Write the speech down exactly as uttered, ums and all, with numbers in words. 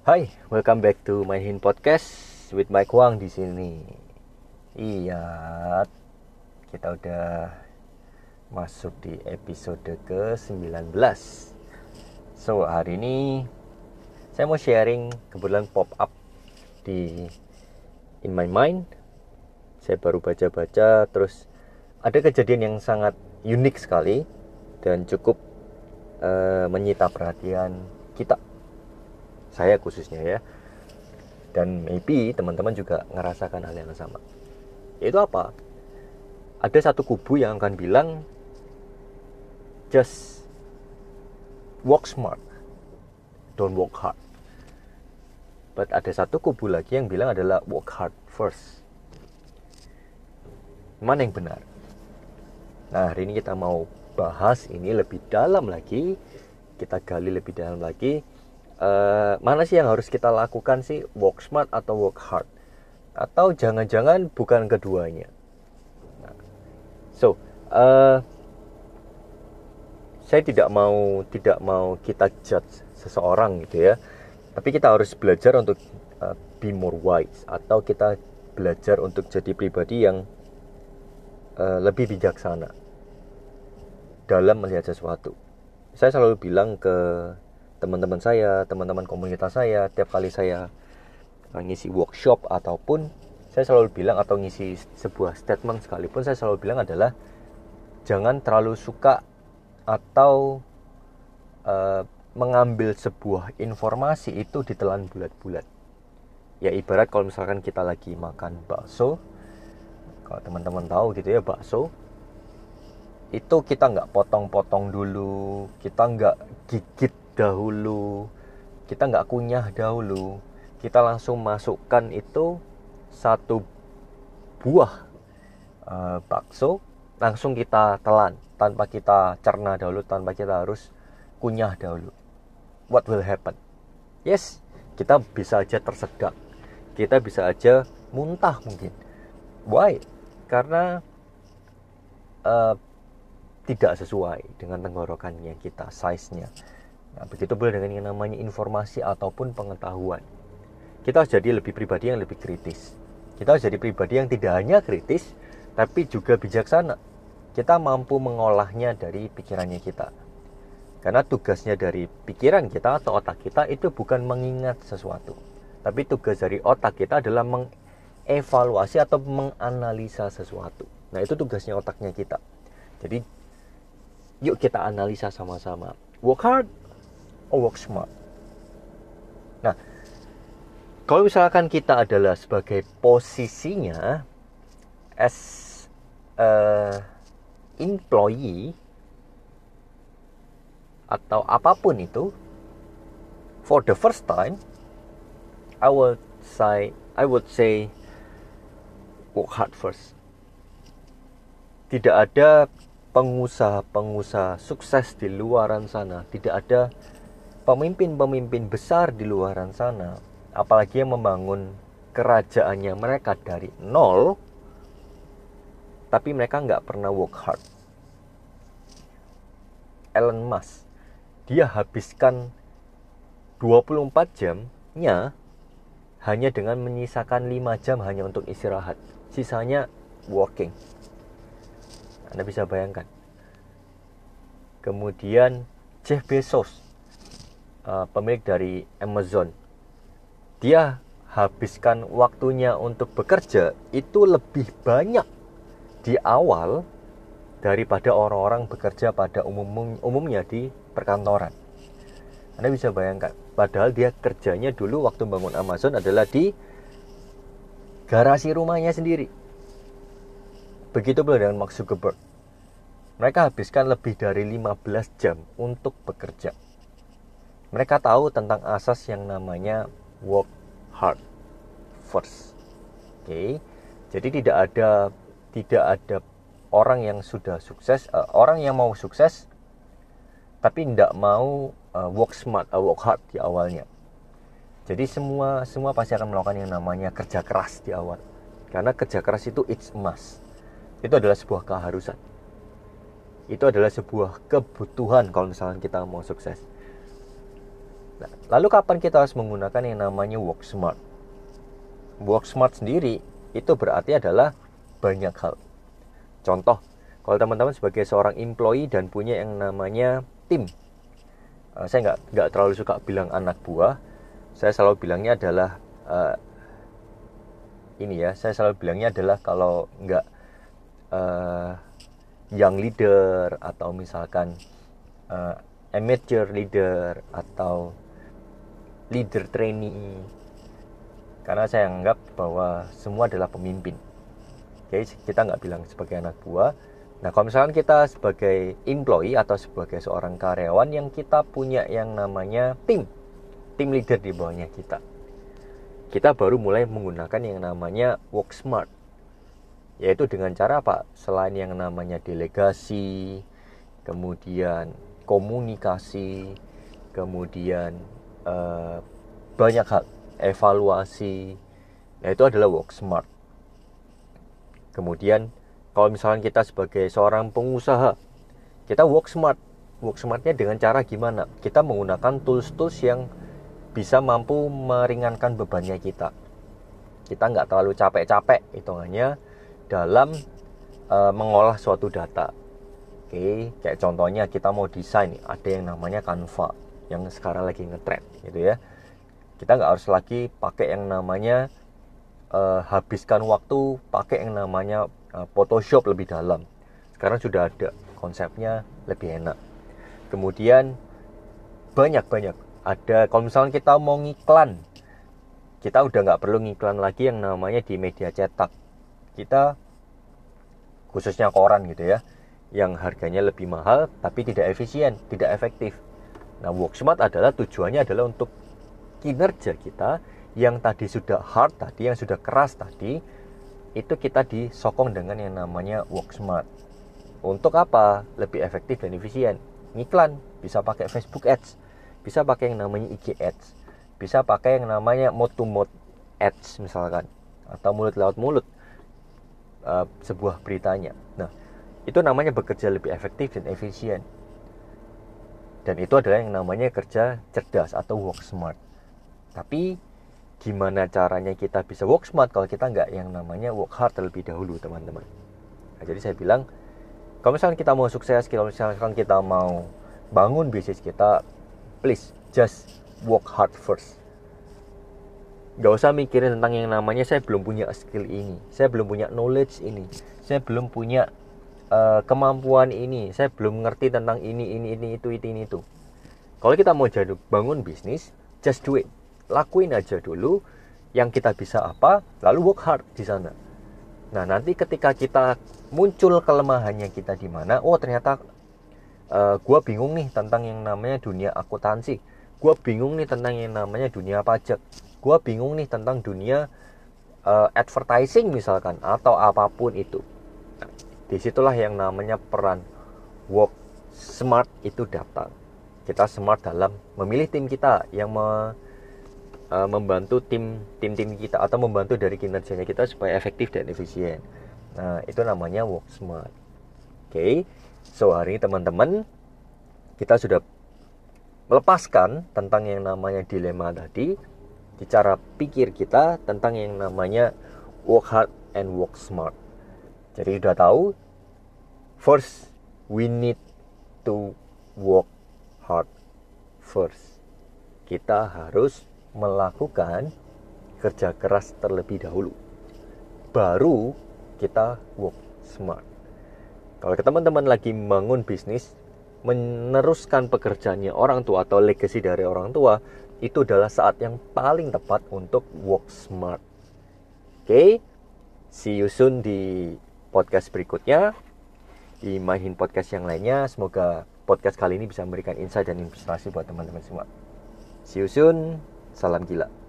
Hai, welcome back to my Hin Podcast with Mike Wang di sini. Iya, kita udah masuk di episode ke sembilan belas. So, hari ini saya mau sharing, kebetulan pop up di in my mind. Saya baru baca-baca, terus ada kejadian yang sangat unik sekali dan cukup uh, menyita perhatian kita. Saya khususnya ya. Dan maybe teman-teman juga ngerasakan hal yang sama. Yaitu apa? Ada satu kubu yang akan bilang just work smart, don't work hard. But ada satu kubu lagi yang bilang adalah work hard first. Mana yang benar? Nah, hari ini kita mau bahas ini lebih dalam lagi. Kita gali lebih dalam lagi. Uh, mana sih yang harus kita lakukan sih, work smart atau work hard, atau jangan-jangan bukan keduanya. Nah, so uh, saya tidak mau tidak mau kita judge seseorang gitu ya, tapi kita harus belajar untuk uh, be more wise, atau kita belajar untuk jadi pribadi yang uh, lebih bijaksana dalam melihat sesuatu. Saya selalu bilang ke teman-teman saya, teman-teman komunitas saya, tiap kali saya ngisi workshop ataupun saya selalu bilang, atau ngisi sebuah statement sekalipun, saya selalu bilang adalah jangan terlalu suka atau uh, mengambil sebuah informasi itu ditelan bulat-bulat. Ya ibarat kalau misalkan kita lagi makan bakso, kalau teman-teman tahu gitu ya, bakso itu kita nggak potong-potong dulu, kita nggak gigit dahulu, kita nggak kunyah dahulu, kita langsung masukkan itu satu buah uh, bakso, langsung kita telan tanpa kita cerna dahulu, tanpa kita harus kunyah dahulu. What will happen? Yes, kita bisa aja tersedak, kita bisa aja muntah mungkin. Why? Karena uh, tidak sesuai dengan tenggorokannya kita, size-nya. Nah, begitu pula dengan yang namanya informasi ataupun pengetahuan. Kita harus jadi lebih pribadi yang lebih kritis. Kita harus jadi pribadi yang tidak hanya kritis, tapi juga bijaksana. Kita mampu mengolahnya dari pikirannya kita. Karena tugasnya dari pikiran kita atau otak kita itu bukan mengingat sesuatu, tapi tugas dari otak kita adalah mengevaluasi atau menganalisa sesuatu. Nah, itu tugasnya otaknya kita. Jadi, yuk kita analisa sama-sama. Work hard or work smart. Nah, kalau misalkan kita adalah sebagai posisinya as a employee atau apapun itu, for the first time, I would say, I would say, work hard first. Tidak ada pengusaha-pengusaha sukses di luaran sana, tidak ada pemimpin-pemimpin besar di luaran sana, apalagi yang membangun kerajaannya mereka dari nol, tapi mereka nggak pernah work hard. Elon Musk, dia habiskan dua puluh empat jamnya hanya dengan menyisakan lima jam hanya untuk istirahat, sisanya working. Anda bisa bayangkan. Kemudian Jeff Bezos, uh, pemilik dari Amazon, dia habiskan waktunya untuk bekerja itu lebih banyak di awal daripada orang-orang bekerja pada umum, umumnya di perkantoran. Anda bisa bayangkan, padahal dia kerjanya dulu waktu bangun Amazon adalah di garasi rumahnya sendiri. Begitu pula dengan Mark Zuckerberg. Mereka habiskan lebih dari lima belas jam untuk bekerja. Mereka tahu tentang asas yang namanya work hard first. Oke. Okay? Jadi tidak ada tidak ada orang yang sudah sukses, uh, orang yang mau sukses tapi tidak mau uh, work smart, uh, work hard di awalnya. Jadi semua semua pasti akan melakukan yang namanya kerja keras di awal. Karena kerja keras itu it's a must. Itu adalah sebuah keharusan. Itu adalah sebuah kebutuhan kalau misalnya kita mau sukses. Nah, lalu kapan kita harus menggunakan yang namanya work smart? Work smart sendiri itu berarti adalah banyak hal. Contoh, kalau teman-teman sebagai seorang employee dan punya yang namanya tim, uh, saya nggak nggak terlalu suka bilang anak buah, saya selalu bilangnya adalah uh, ini ya, saya selalu bilangnya adalah kalau nggak uh, young leader atau misalkan uh, amateur leader atau leader trainee, karena saya anggap bahwa semua adalah pemimpin. Oke, kita nggak bilang sebagai anak buah. Nah, kalau misalkan kita sebagai employee atau sebagai seorang karyawan yang kita punya yang namanya tim, tim leader di bawahnya kita, kita baru mulai menggunakan yang namanya work smart, yaitu dengan cara apa? Selain yang namanya delegasi, kemudian komunikasi, kemudian uh, banyak hal, evaluasi, nah itu adalah work smart. Kemudian kalau misalkan kita sebagai seorang pengusaha, kita work smart. Work smartnya dengan cara gimana? Kita menggunakan tools-tools yang bisa mampu meringankan bebannya kita. Kita nggak terlalu capek-capek hitungannya dalam uh, mengolah suatu data. Oke, kayak contohnya kita mau desain, ada yang namanya Canva yang sekarang lagi ngetrend gitu ya. Kita nggak harus lagi pakai yang namanya uh, habiskan waktu pakai yang namanya uh, Photoshop lebih dalam. Sekarang sudah ada, konsepnya lebih enak. Kemudian banyak-banyak ada, kalau misalnya kita mau ngiklan, kita udah nggak perlu ngiklan lagi yang namanya di media cetak. Kita khususnya koran gitu ya, yang harganya lebih mahal tapi tidak efisien, tidak efektif. Nah, work smart adalah tujuannya adalah untuk kinerja kita yang tadi sudah hard tadi, yang sudah keras tadi, itu kita disokong dengan yang namanya work smart. Untuk apa? Lebih efektif dan efisien. Ngiklan bisa pakai Facebook Ads, bisa pakai yang namanya I G Ads, bisa pakai yang namanya mouth to mouth ads misalkan, atau mulut lewat mulut uh, sebuah beritanya. Nah, itu namanya bekerja lebih efektif dan efisien. Dan itu adalah yang namanya kerja cerdas atau work smart. Tapi gimana caranya kita bisa work smart kalau kita nggak yang namanya work hard terlebih dahulu, teman-teman. Nah, jadi saya bilang, kalau misalkan kita mau sukses, kalau misalkan kita mau bangun bisnis kita, please just work hard first. Gak usah mikirin tentang yang namanya saya belum punya skill ini, saya belum punya knowledge ini, saya belum punya Uh, kemampuan ini, saya belum ngerti tentang ini, ini, ini, itu, itu, ini, itu. Kalau kita mau jadi bangun bisnis, just do it. Lakuin aja dulu yang kita bisa apa, lalu work hard di sana. Nah, nanti ketika kita muncul kelemahannya kita di mana, oh ternyata uh, gue bingung nih tentang yang namanya dunia akuntansi, gue bingung nih tentang yang namanya dunia pajak, gue bingung nih tentang dunia uh, advertising misalkan, atau apapun itu. Disitulah yang namanya peran work smart itu datang. Kita smart dalam memilih tim kita yang me, uh, membantu tim tim-tim kita atau membantu dari kinerjanya kita supaya efektif dan efisien. Nah, itu namanya work smart. Oke, okay. So hari ini teman-teman kita sudah melepaskan tentang yang namanya dilema tadi, di cara pikir kita tentang yang namanya work hard and work smart. Jadi udah tahu, first we need to work hard first. Kita harus melakukan kerja keras terlebih dahulu, baru kita work smart. Kalau teman-teman lagi bangun bisnis, meneruskan pekerjaannya orang tua atau legacy dari orang tua, itu adalah saat yang paling tepat untuk work smart. Oke, okay? See you soon di podcast berikutnya, di Mahin Podcast yang lainnya. Semoga podcast kali ini bisa memberikan insight dan inspirasi buat teman-teman semua. See you soon. Salam gila.